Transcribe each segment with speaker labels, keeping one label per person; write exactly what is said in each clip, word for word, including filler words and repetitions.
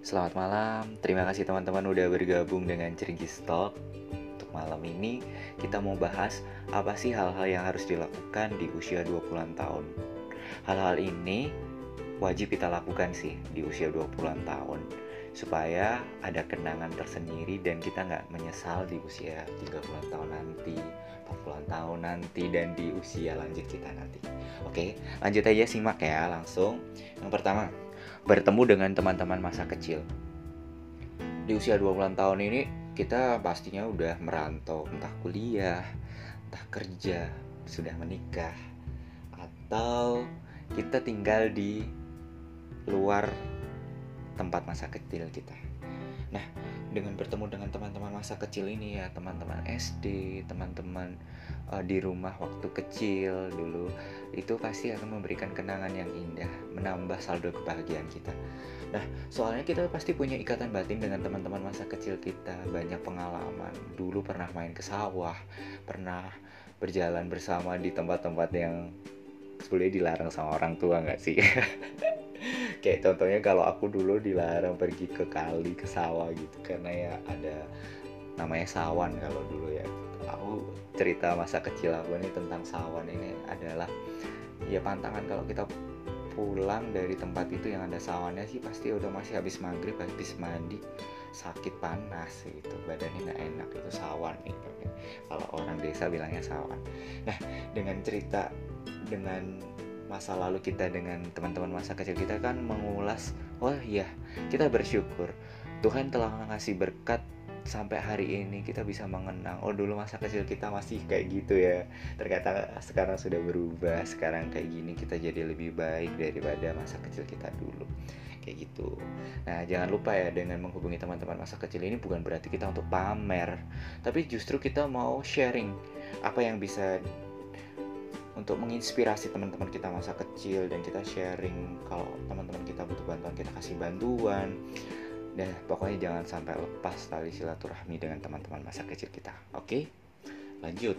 Speaker 1: Selamat malam, terima kasih teman-teman udah bergabung dengan Ceringkis Talk. Untuk malam ini kita mau bahas apa sih hal-hal yang harus dilakukan di usia dua puluhan tahun. Hal-hal ini wajib kita lakukan sih di usia dua puluhan tahun, supaya ada kenangan tersendiri dan kita gak menyesal di usia tiga puluhan tahun nanti, empat puluhan tahun nanti, dan di usia lanjut kita nanti. Oke, lanjut aja simak ya langsung. Yang pertama, bertemu dengan teman-teman masa kecil. Di usia dua puluhan tahun ini kita pastinya udah merantau, entah kuliah, entah kerja, sudah menikah, atau kita tinggal di luar tempat masa kecil kita. Nah, dengan bertemu dengan teman-teman masa kecil ini ya, teman-teman S D, teman-teman uh, di rumah waktu kecil dulu, itu pasti akan memberikan kenangan yang indah, menambah saldo kebahagiaan kita. Nah, soalnya kita pasti punya ikatan batin dengan teman-teman masa kecil kita, banyak pengalaman. Dulu pernah main ke sawah, pernah berjalan bersama di tempat-tempat yang sebenarnya dilarang sama orang tua nggak sih? Kayak contohnya kalau aku dulu dilarang pergi ke kali, ke sawah gitu, karena ya ada namanya sawan kalau dulu ya. Aku cerita masa kecil aku ini tentang sawan ini adalah ya pantangan kalau kita pulang dari tempat itu yang ada sawannya sih pasti udah masih habis maghrib, habis mandi, sakit panas gitu, badannya nggak enak, itu sawan gitu. Kalau orang desa bilangnya sawan. Nah, dengan cerita dengan masa lalu kita dengan teman-teman masa kecil kita kan mengulas, oh iya, kita bersyukur Tuhan telah ngasih berkat sampai hari ini kita bisa mengenang, oh dulu masa kecil kita masih kayak gitu ya, ternyata sekarang sudah berubah, sekarang kayak gini, kita jadi lebih baik daripada masa kecil kita dulu, kayak gitu. Nah, jangan lupa ya, dengan menghubungi teman-teman masa kecil ini bukan berarti kita untuk pamer, tapi justru kita mau sharing apa yang bisa untuk menginspirasi teman-teman kita masa kecil, dan kita sharing kalau teman-teman kita butuh bantuan, kita kasih bantuan. Dan pokoknya jangan sampai lepas tali silaturahmi dengan teman-teman masa kecil kita. Oke, lanjut.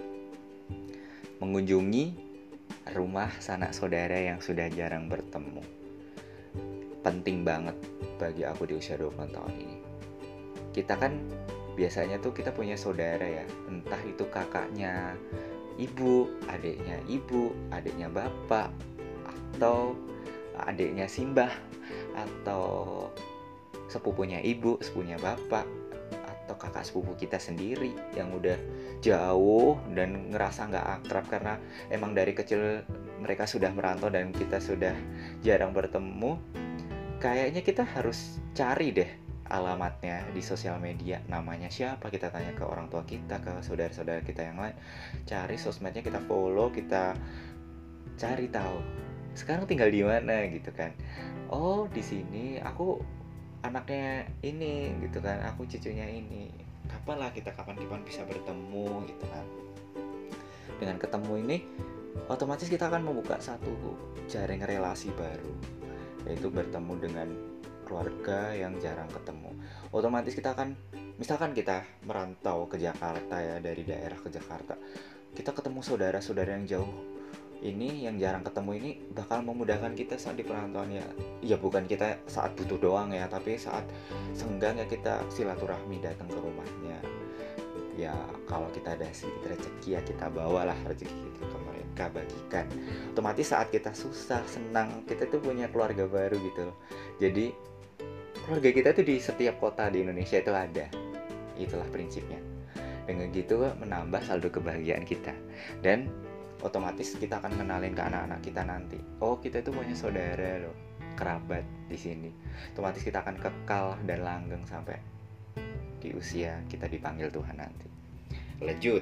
Speaker 1: Mengunjungi rumah sanak saudara yang sudah jarang bertemu. Penting banget bagi aku di usia dua puluh tahun ini. Kita kan biasanya tuh kita punya saudara ya, entah itu kakaknya ibu, adiknya ibu, adiknya bapak, atau adiknya simbah, atau sepupunya ibu, sepupunya bapak, atau kakak sepupu kita sendiri yang udah jauh dan ngerasa gak akrab karena emang dari kecil mereka sudah merantau dan kita sudah jarang bertemu. Kayaknya kita harus cari deh alamatnya di sosial media, namanya siapa, kita tanya ke orang tua kita, ke saudara-saudara kita yang lain, cari sosmednya, kita follow, kita cari tahu sekarang tinggal di mana gitu kan. Oh, di sini aku anaknya ini gitu kan, aku cucunya ini, kapan lah kita kapan-kapan bisa bertemu gitu kan. Dengan ketemu ini otomatis kita akan membuka satu jaring relasi baru, yaitu bertemu dengan keluarga yang jarang ketemu. Otomatis kita akan, misalkan kita merantau ke Jakarta ya, dari daerah ke Jakarta, kita ketemu saudara-saudara yang jauh ini, yang jarang ketemu ini, bakal memudahkan kita saat di perantauan ya. Ya bukan kita saat butuh doang ya, tapi saat senggangnya kita silaturahmi, datang ke rumahnya. Ya kalau kita ada sedikit rezeki ya kita bawalah rezeki kita ke mereka, bagikan. Otomatis saat kita susah, senang, kita tuh punya keluarga baru gitu loh. Jadi keluarga kita tuh di setiap kota di Indonesia itu ada. Itulah prinsipnya. Dengan gitu menambah saldo kebahagiaan kita. Dan otomatis kita akan kenalin ke anak-anak kita nanti. Oh, kita tuh punya saudara loh, kerabat di sini. Otomatis kita akan kekal dan langgeng sampai di usia kita dipanggil Tuhan nanti. Lanjut.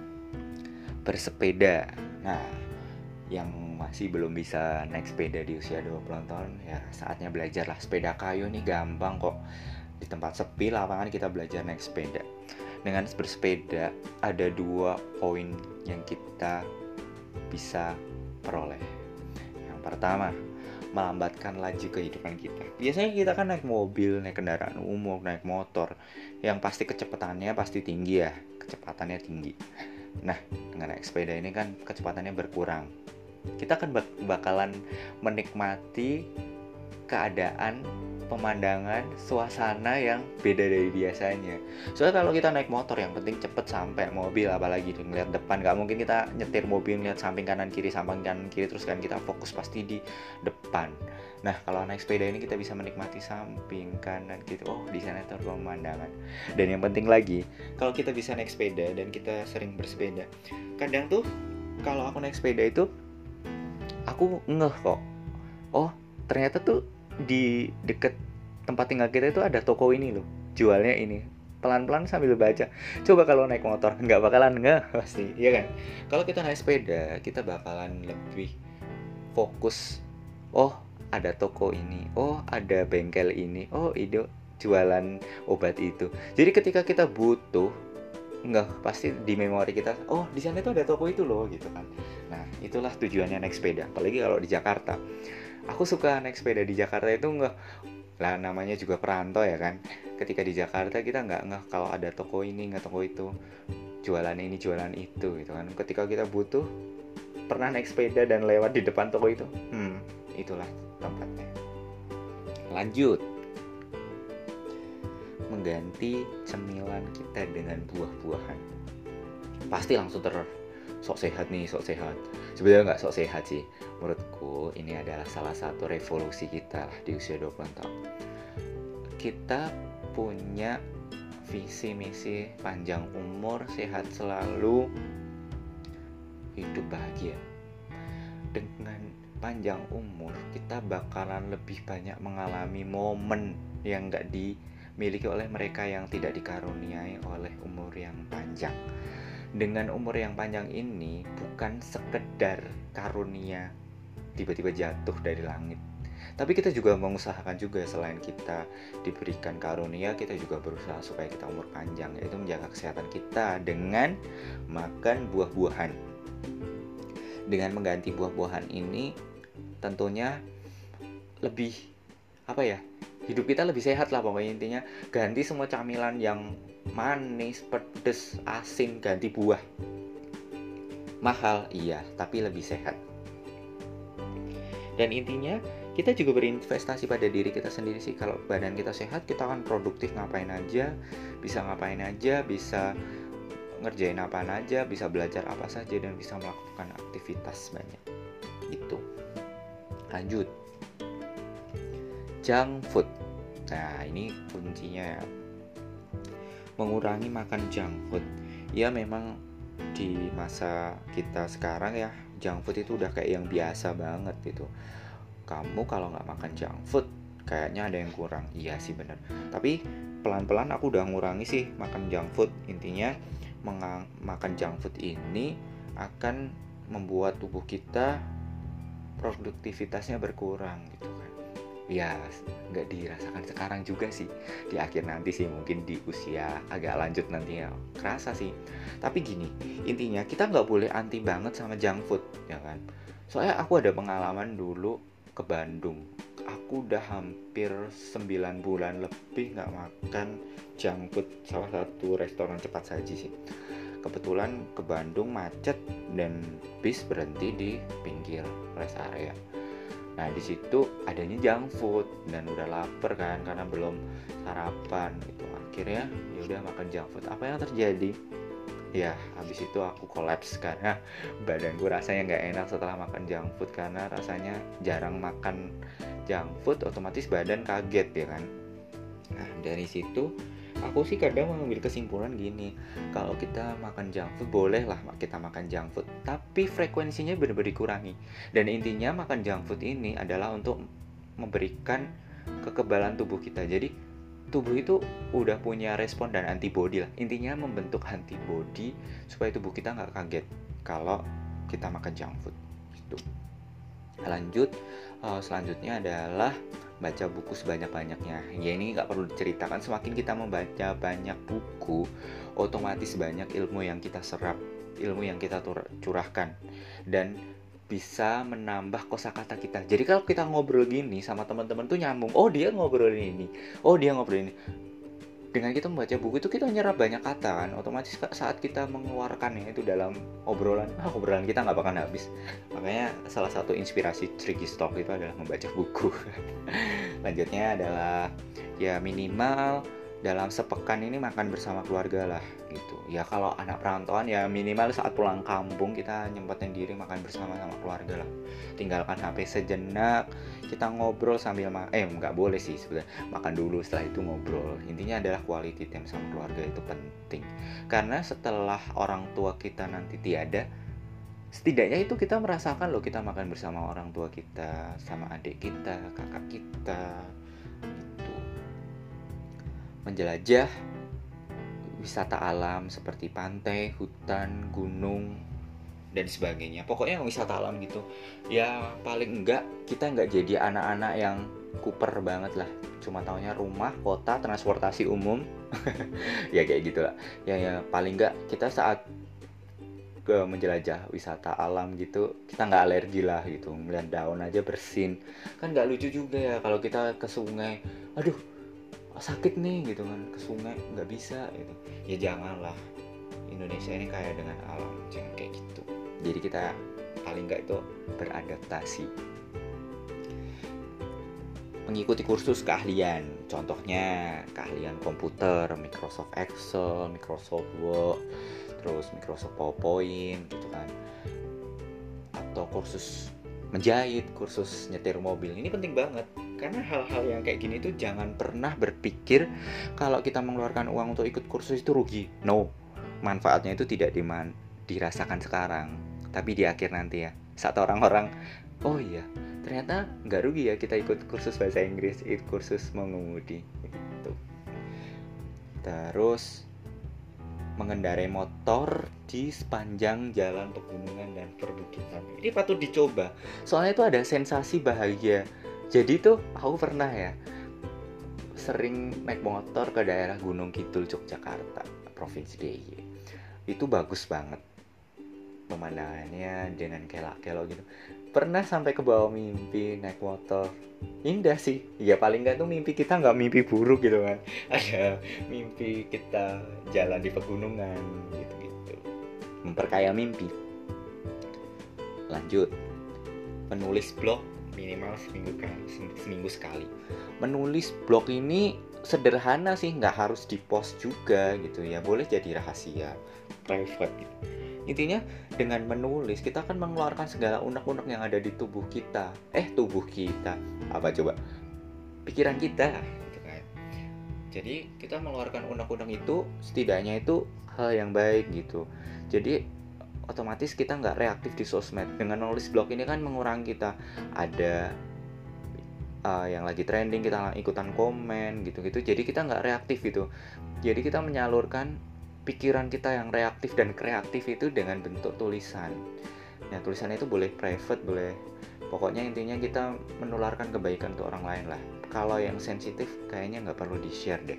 Speaker 1: Bersepeda. Nah, yang masih belum bisa naik sepeda di usia dua puluhan tahun ya saatnya belajar lah. Sepeda kayu nih gampang kok, di tempat sepi lapangan kita belajar naik sepeda. Dengan bersepeda ada dua poin yang kita bisa peroleh. Yang pertama, melambatkan laju kehidupan kita. Biasanya kita kan naik mobil, naik kendaraan umum, naik motor, yang pasti kecepatannya pasti tinggi ya, kecepatannya tinggi. Nah, dengan naik sepeda ini kan kecepatannya berkurang. Kita kan bak- bakalan menikmati keadaan pemandangan, suasana yang beda dari biasanya. Soalnya kalau kita naik motor yang penting cepet sampai, mobil apalagi ngeliat depan, nggak mungkin kita nyetir mobil ngeliat samping kanan kiri samping kanan kiri terus kan kita fokus pasti di depan. Nah kalau naik sepeda ini kita bisa menikmati samping kanan gitu, oh di sana tuh pemandangan. Dan yang penting lagi kalau kita bisa naik sepeda dan kita sering bersepeda, kadang tuh kalau aku naik sepeda itu aku ngeh kok, oh ternyata tuh di deket tempat tinggal kita itu ada toko ini loh, jualnya ini. Pelan-pelan sambil baca. Coba kalau naik motor nggak bakalan nggak pasti, ya kan? Kalau kita naik sepeda kita bakalan lebih fokus. Oh ada toko ini, oh ada bengkel ini, oh itu jualan obat itu. Jadi ketika kita butuh, nggak pasti di memori kita, oh di sana itu ada toko itu loh gitu kan. Nah itulah tujuannya naik sepeda. Apalagi kalau di Jakarta. Aku suka naik sepeda di Jakarta itu nggak lah, namanya juga perantau ya kan. Ketika di Jakarta kita nggak nggak kalau ada toko ini nggak toko itu, jualan ini jualan itu gitu kan. Ketika kita butuh, pernah naik sepeda dan lewat di depan toko itu, hmm itulah tempatnya. Lanjut, mengganti cemilan kita dengan buah-buahan. Pasti langsung ter sok sehat nih, sok sehat. Sebenarnya nggak sok sehat sih. Menurutku ini adalah salah satu revolusi kita di usia dua puluh tahun. Kita punya visi misi panjang umur, sehat selalu, hidup bahagia. Dengan panjang umur, kita bakalan lebih banyak mengalami momen yang nggak dimiliki oleh mereka yang tidak dikaruniai oleh umur yang panjang. Dengan umur yang panjang ini bukan sekedar karunia tiba-tiba jatuh dari langit, tapi kita juga mengusahakan juga selain kita diberikan karunia, kita juga berusaha supaya kita umur panjang, yaitu menjaga kesehatan kita dengan makan buah-buahan. Dengan mengganti buah-buahan ini tentunya lebih apa ya, hidup kita lebih sehat lah pokoknya. Intinya ganti semua camilan yang manis, pedes, asin, ganti buah. Mahal, iya, tapi lebih sehat. Dan intinya kita juga berinvestasi pada diri kita sendiri sih. Kalau badan kita sehat, kita akan produktif ngapain aja, bisa ngapain aja, bisa ngerjain apa aja, bisa belajar apa saja, dan bisa melakukan aktivitas banyak. Gitu. Lanjut, junk food. Nah ini kuncinya ya, mengurangi makan junk food. Ya memang di masa kita sekarang ya, junk food itu udah kayak yang biasa banget gitu. Kamu kalau nggak makan junk food kayaknya ada yang kurang. Iya sih bener. Tapi pelan-pelan aku udah ngurangi sih makan junk food. Intinya mengang- makan junk food ini akan membuat tubuh kita produktivitasnya berkurang gitu kan. Ya nggak dirasakan sekarang juga sih, di akhir nanti sih, mungkin di usia agak lanjut nanti ya kerasa sih. Tapi gini, intinya kita nggak boleh anti banget sama junk food ya kan. Soalnya aku ada pengalaman dulu ke Bandung, aku udah hampir sembilan bulan lebih nggak makan junk food, salah satu restoran cepat saji sih. Kebetulan ke Bandung macet dan bis berhenti di pinggir rest area. Nah di situ adanya junk food dan udah lapar kan karena belum sarapan gitu. Akhirnya ya udah makan junk food. Apa yang terjadi? Ya habis itu aku kolaps karena badanku rasanya nggak enak setelah makan junk food, karena rasanya jarang makan junk food, otomatis badan kaget ya kan. Nah dari situ aku sih kadang mengambil kesimpulan gini, kalau kita makan junk food bolehlah kita makan junk food, tapi frekuensinya benar-benar dikurangi. Dan intinya makan junk food ini adalah untuk memberikan kekebalan tubuh kita. Jadi tubuh itu udah punya respon dan antibody lah. Intinya membentuk antibody supaya tubuh kita nggak kaget kalau kita makan junk food. Gitu. Lanjut, uh, selanjutnya adalah baca buku sebanyak-banyaknya. Ya ini nggak perlu diceritakan, semakin kita membaca banyak buku, otomatis banyak ilmu yang kita serap, ilmu yang kita tur- curahkan, dan bisa menambah kosakata kita. Jadi kalau kita ngobrol gini sama teman-teman tuh nyambung. Oh dia ngobrol ini, oh dia ngobrol ini. dengan kita membaca buku itu kita nyerap banyak kata kan, otomatis saat kita mengeluarkannya itu dalam obrolan, ah, obrolan kita nggak bakal habis. Makanya salah satu inspirasi Tricky Talk itu adalah membaca buku. Lanjutnya adalah ya minimal dalam sepekan ini makan bersama keluarga lah gitu. Ya kalau anak perantauan ya minimal saat pulang kampung kita nyempetin diri makan bersama sama keluarga lah. Tinggalkan H P sejenak, kita ngobrol sambil ma- eh nggak boleh sih sebenarnya, makan dulu setelah itu ngobrol. Intinya adalah quality time sama keluarga itu penting. Karena setelah orang tua kita nanti tiada, setidaknya itu kita merasakan loh kita makan bersama orang tua kita, sama adik kita, kakak kita gitu. Menjelajah wisata alam seperti pantai, hutan, gunung, dan sebagainya. Pokoknya wisata alam gitu. Ya paling enggak kita enggak jadi anak-anak yang kuper banget lah. Cuma taunya rumah, kota, transportasi umum. Ya kayak gitulah. Ya ya paling enggak kita saat ke menjelajah wisata alam gitu, kita nggak alergi lah gitu. Melihat daun aja bersin. Kan nggak lucu juga ya kalau kita ke sungai. Aduh, sakit nih gitu kan, ke sungai nggak bisa gitu. Ya janganlah, Indonesia ini kaya dengan alam, jangan kayak gitu. Jadi kita paling nggak itu beradaptasi, mengikuti kursus keahlian, contohnya keahlian komputer, Microsoft Excel, Microsoft Word, terus Microsoft PowerPoint gitu kan, atau kursus menjahit, kursus nyetir mobil. Ini penting banget. Karena hal-hal yang kayak gini tuh jangan pernah berpikir kalau kita mengeluarkan uang untuk ikut kursus itu rugi. No, manfaatnya itu tidak diman- dirasakan sekarang, tapi di akhir nanti ya. Saat orang-orang, oh iya, ternyata nggak rugi ya kita ikut kursus bahasa Inggris, ikut kursus mengemudi. Gitu. Terus mengendarai motor di sepanjang jalan pegunungan dan perbukitan. Ini patut dicoba. Soalnya itu ada sensasi bahagia. Jadi tuh aku pernah ya sering naik motor ke daerah Gunung Kidul Yogyakarta, Provinsi D I Y. Itu bagus banget pemandangannya dengan kelak-kelok gitu. Pernah sampai ke bawah mimpi naik motor. Indah sih. Ya paling enggak tuh mimpi kita enggak mimpi buruk gitu kan. Ada mimpi kita jalan di pegunungan gitu-gitu. Memperkaya mimpi. Lanjut. Menulis blog minimal seminggu kali, seminggu sekali. Menulis blog ini sederhana sih, nggak harus di-post juga gitu ya, boleh jadi rahasia, private gitu. Intinya dengan menulis kita akan mengeluarkan segala unek-unek yang ada di tubuh kita. Eh tubuh kita apa coba? Pikiran kita gitu kan. Jadi kita mengeluarkan unek-unek itu setidaknya itu hal yang baik gitu. Jadi otomatis kita nggak reaktif di sosmed. Dengan nulis blog ini kan mengurangi kita ada uh, yang lagi trending kita ikutan komen gitu-gitu. Jadi kita nggak reaktif gitu. Jadi kita menyalurkan pikiran kita yang reaktif dan kreatif itu dengan bentuk tulisan. Nah tulisan itu boleh private, boleh, pokoknya intinya kita menularkan kebaikan untuk orang lain lah. Kalau yang sensitif kayaknya nggak perlu di share deh.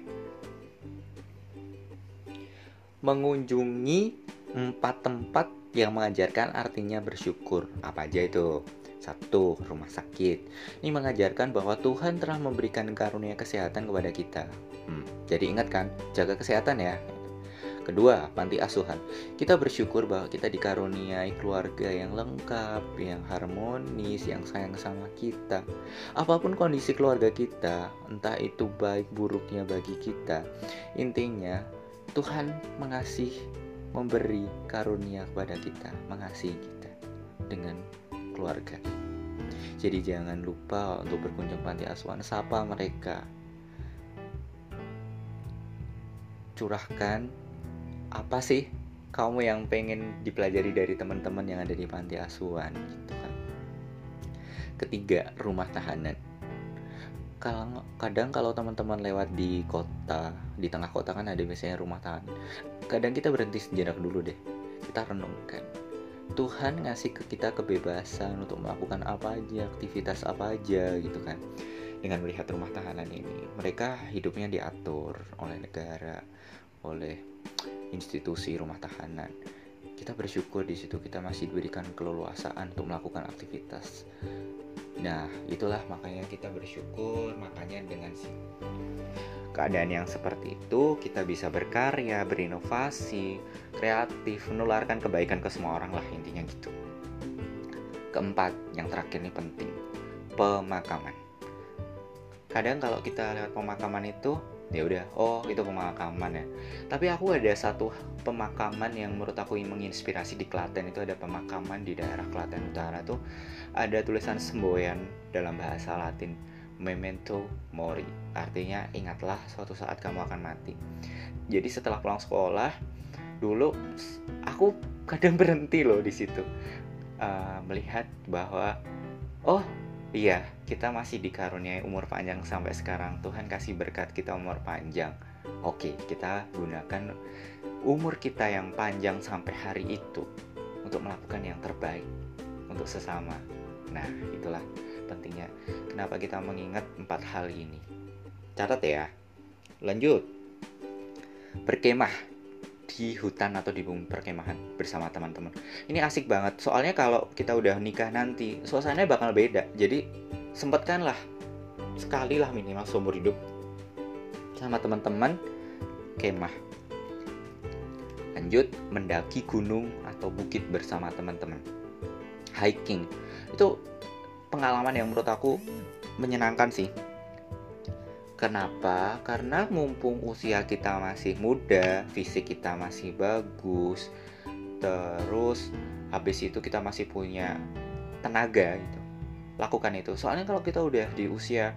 Speaker 1: Mengunjungi empat tempat yang mengajarkan artinya bersyukur. Apa aja itu? Satu, rumah sakit. Ini mengajarkan bahwa Tuhan telah memberikan karunia kesehatan kepada kita. Hmm, jadi ingat kan, jaga kesehatan ya. Kedua, panti asuhan. Kita bersyukur bahwa kita dikaruniai keluarga yang lengkap, yang harmonis, yang sayang sama kita. Apapun kondisi keluarga kita, entah itu baik buruknya bagi kita, intinya Tuhan mengasih, memberi karunia kepada kita, mengasihi kita dengan keluarga. Jadi jangan lupa untuk berkunjung panti asuhan, sapa mereka, curahkan apa sih kamu yang pengen dipelajari dari teman-teman yang ada di panti asuhan gitu kan. Ketiga, rumah tahanan. Kadang kalau teman-teman lewat di kota, di tengah kota kan ada biasanya rumah tahanan. Kadang kita berhenti sejenak dulu deh, kita renungkan. Tuhan ngasih ke kita kebebasan untuk melakukan apa aja, aktivitas apa aja gitu kan. Dengan melihat rumah tahanan ini, mereka hidupnya diatur oleh negara, oleh institusi rumah tahanan. Kita bersyukur di situ kita masih diberikan keleluasaan untuk melakukan aktivitas. Nah, itulah makanya kita bersyukur, makanya dengan keadaan yang seperti itu, kita bisa berkarya, berinovasi, kreatif, menularkan kebaikan ke semua orang lah, intinya gitu. Keempat, yang terakhir ini penting, pemakaman. Kadang kalau kita lewat pemakaman itu, ya udah, oh itu pemakaman ya. Tapi aku ada satu pemakaman yang menurut aku menginspirasi di Klaten. Itu ada pemakaman di daerah Klaten Utara tuh, ada tulisan semboyan dalam bahasa Latin, Memento Mori. Artinya ingatlah suatu saat kamu akan mati. Jadi setelah pulang sekolah, dulu aku kadang berhenti loh di situ, uh, melihat bahwa oh iya, kita masih dikaruniai umur panjang sampai sekarang. Tuhan kasih berkat kita umur panjang. Oke, kita gunakan umur kita yang panjang sampai hari itu untuk melakukan yang terbaik untuk sesama. Nah, itulah pentingnya kenapa kita mengingat empat hal ini. Catat ya. Lanjut. Berkemah di hutan atau di perkemahan bersama teman-teman. Ini asik banget. Soalnya kalau kita udah nikah nanti, suasananya bakal beda. Jadi sempatkanlah sekali lah minimal seumur hidup sama teman-teman kemah. Lanjut, mendaki gunung atau bukit bersama teman-teman. Hiking. Itu pengalaman yang menurut aku menyenangkan sih. Kenapa? Karena mumpung usia kita masih muda, fisik kita masih bagus, terus habis itu kita masih punya tenaga gitu. Lakukan itu. Soalnya kalau kita udah di usia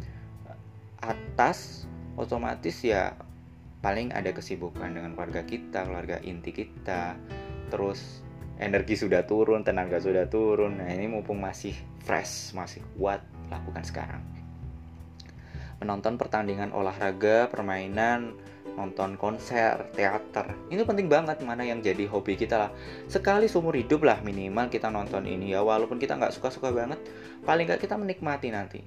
Speaker 1: atas, otomatis ya paling ada kesibukan dengan keluarga kita, keluarga inti kita, terus energi sudah turun, tenaga sudah turun. Nah, ini mumpung masih fresh, masih kuat, lakukan sekarang. Menonton pertandingan olahraga, permainan, nonton konser, teater. Ini penting banget, mana yang jadi hobi kita lah. Sekali seumur hidup lah minimal kita nonton ini ya. Walaupun kita gak suka-suka banget, paling gak kita menikmati nanti.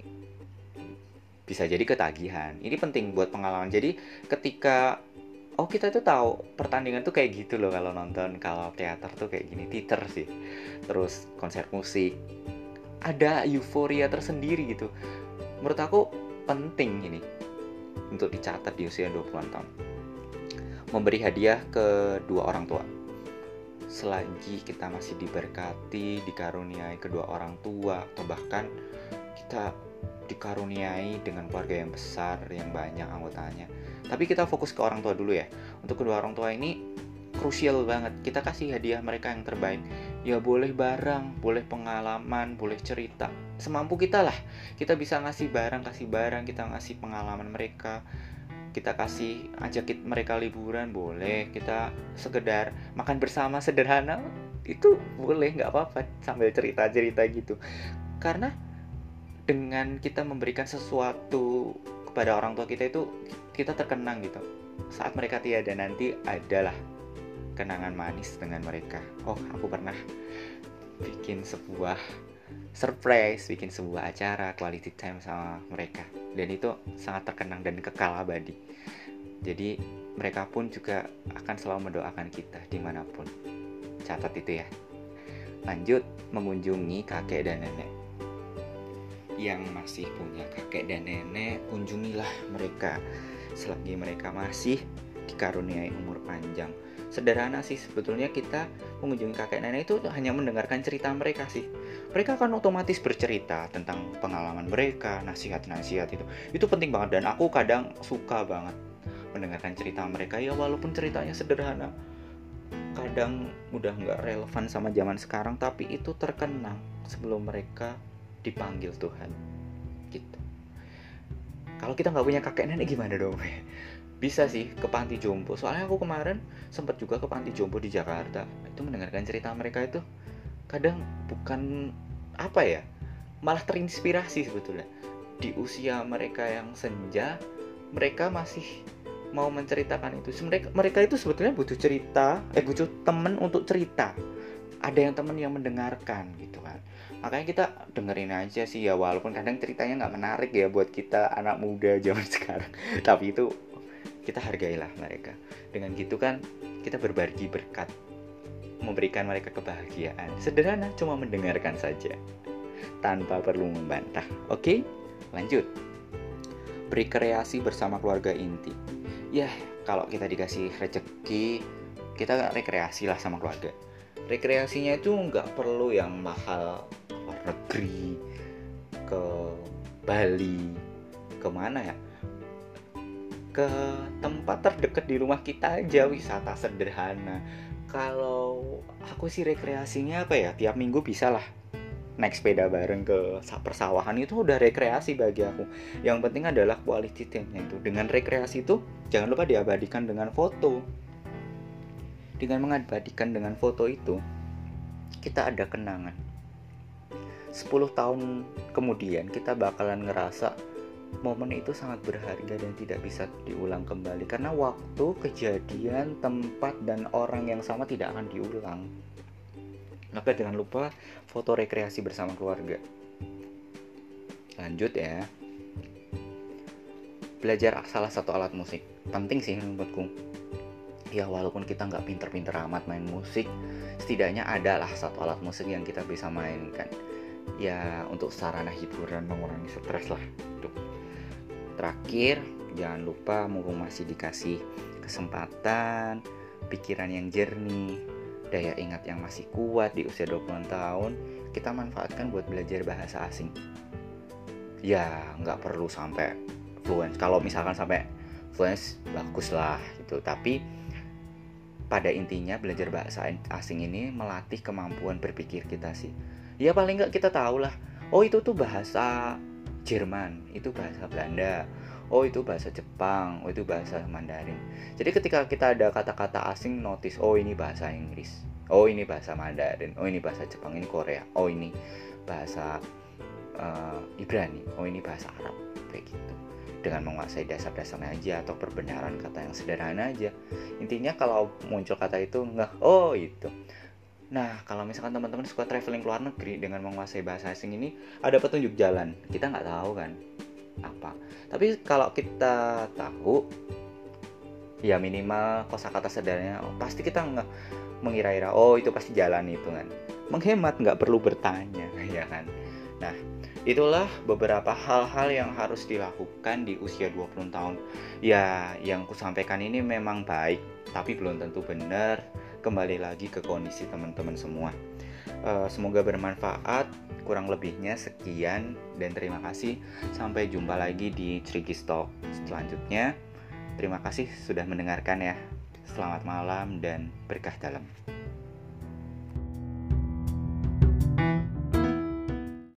Speaker 1: Bisa jadi ketagihan. Ini penting buat pengalaman. Jadi ketika, oh kita tuh tahu pertandingan tuh kayak gitu loh kalau nonton. Kalau teater tuh kayak gini, teater sih. Terus konser musik. Ada euforia tersendiri gitu. Menurut aku penting ini untuk dicatat di usia dua puluhan tahun. Memberi hadiah ke dua orang tua. Selagi kita masih diberkati, dikaruniai kedua orang tua, atau bahkan kita dikaruniai dengan keluarga yang besar, yang banyak anggotanya. Tapi kita fokus ke orang tua dulu ya. Untuk kedua orang tua ini krusial banget. Kita kasih hadiah mereka yang terbaik. Ya boleh barang, boleh pengalaman, boleh cerita. Semampu kita lah. Kita bisa ngasih barang, kasih barang, kita ngasih pengalaman mereka. Kita kasih ajak mereka liburan, boleh. Kita sekedar makan bersama sederhana, itu boleh, nggak apa-apa. Sambil cerita-cerita gitu. Karena dengan kita memberikan sesuatu kepada orang tua kita itu, kita terkenang gitu. Saat mereka tiada nanti adalah kenangan manis dengan mereka. Oh, aku pernah bikin sebuah surprise, bikin sebuah acara quality time sama mereka. Dan itu sangat terkenang dan kekal abadi. Jadi mereka pun juga akan selalu mendoakan kita dimanapun. Catat itu ya. Lanjut, mengunjungi kakek dan nenek. Yang masih punya kakek dan nenek, kunjungilah mereka selagi mereka masih dikaruniai umur panjang. Sederhana sih sebetulnya, kita mengunjungi kakek nenek itu hanya mendengarkan cerita mereka sih. Mereka akan otomatis bercerita tentang pengalaman mereka, nasihat-nasihat itu. Itu penting banget dan aku kadang suka banget mendengarkan cerita mereka ya, walaupun ceritanya sederhana. Kadang udah nggak relevan sama zaman sekarang, tapi itu terkenang sebelum mereka dipanggil Tuhan. Gitu. Kalau kita nggak punya kakek nenek gimana dong? Bisa sih ke panti jompo. Soalnya aku kemarin sempat juga ke panti jompo di Jakarta. Itu mendengarkan cerita mereka itu kadang bukan apa ya, malah terinspirasi sebetulnya. Di usia mereka yang senja, mereka masih mau menceritakan itu. Mereka, mereka itu sebetulnya butuh cerita, eh butuh teman untuk cerita. Ada yang teman yang mendengarkan gitu kan. Makanya kita dengerin aja sih ya, walaupun kadang ceritanya nggak menarik ya buat kita anak muda zaman sekarang. Tapi itu kita hargailah mereka. Dengan gitu kan kita berbagi berkat, memberikan mereka kebahagiaan. Sederhana, cuma mendengarkan saja tanpa perlu membantah. Oke, lanjut. Berkreasi bersama keluarga inti. Ya, kalau kita dikasih rezeki, kita rekreasi lah sama keluarga. Rekreasinya itu nggak perlu yang mahal, ke luar negeri, ke Bali, kemana ya, ke tempat terdekat di rumah kita aja, wisata sederhana. Kalau aku sih rekreasinya apa ya, tiap minggu bisa lah naik sepeda bareng ke persawahan, itu udah rekreasi bagi aku. Yang penting adalah quality time-nya itu. Dengan rekreasi itu jangan lupa diabadikan dengan foto. Dengan mengabadikan dengan foto itu, kita ada kenangan. sepuluh tahun kemudian kita bakalan ngerasa momen itu sangat berharga dan tidak bisa diulang kembali. Karena waktu, kejadian, tempat, dan orang yang sama tidak akan diulang. Maka jangan lupa foto rekreasi bersama keluarga. Lanjut ya. Belajar salah satu alat musik. Penting sih menurutku. Ya walaupun kita nggak pinter-pinter amat main musik, setidaknya adalah satu alat musik yang kita bisa mainkan. Ya untuk sarana hiburan, mengurangi stres lah. Tuh. Terakhir, jangan lupa mumpung masih dikasih kesempatan, pikiran yang jernih, daya ingat yang masih kuat di usia dua puluh tahun, kita manfaatkan buat belajar bahasa asing. Ya, nggak perlu sampai fluent. Kalau misalkan sampai fluent, bagus lah gitu. Tapi pada intinya belajar bahasa asing ini melatih kemampuan berpikir kita sih. Ya paling nggak kita tahu lah, oh itu tuh bahasa Jerman, itu bahasa Belanda, oh itu bahasa Jepang, oh itu bahasa Mandarin. Jadi ketika kita ada kata-kata asing, notice, oh ini bahasa Inggris, oh ini bahasa Mandarin, oh ini bahasa Jepang, ini Korea, oh ini bahasa uh, Ibrani, oh ini bahasa Arab, kayak gitu. Dengan menguasai dasar-dasarnya aja atau perbenaran kata yang sederhana aja. Intinya kalau muncul kata itu, nggak, oh itu. Nah, kalau misalkan teman-teman suka traveling ke luar negeri dengan menguasai bahasa asing ini, ada petunjuk jalan. Kita nggak tahu kan apa. Tapi kalau kita tahu, ya minimal kosakata sederhananya, oh, pasti kita nggak mengira-ira, oh itu pasti jalan itu kan. Menghemat, nggak perlu bertanya, ya kan. Nah, itulah beberapa hal-hal yang harus dilakukan di usia dua puluh tahun. Ya, yang kusampaikan ini memang baik, tapi belum tentu benar. Kembali lagi ke kondisi teman-teman semua. uh, Semoga bermanfaat. Kurang lebihnya sekian dan terima kasih. Sampai jumpa lagi di Cerigis Talk selanjutnya. Terima kasih sudah mendengarkan ya. Selamat malam dan berkah dalam.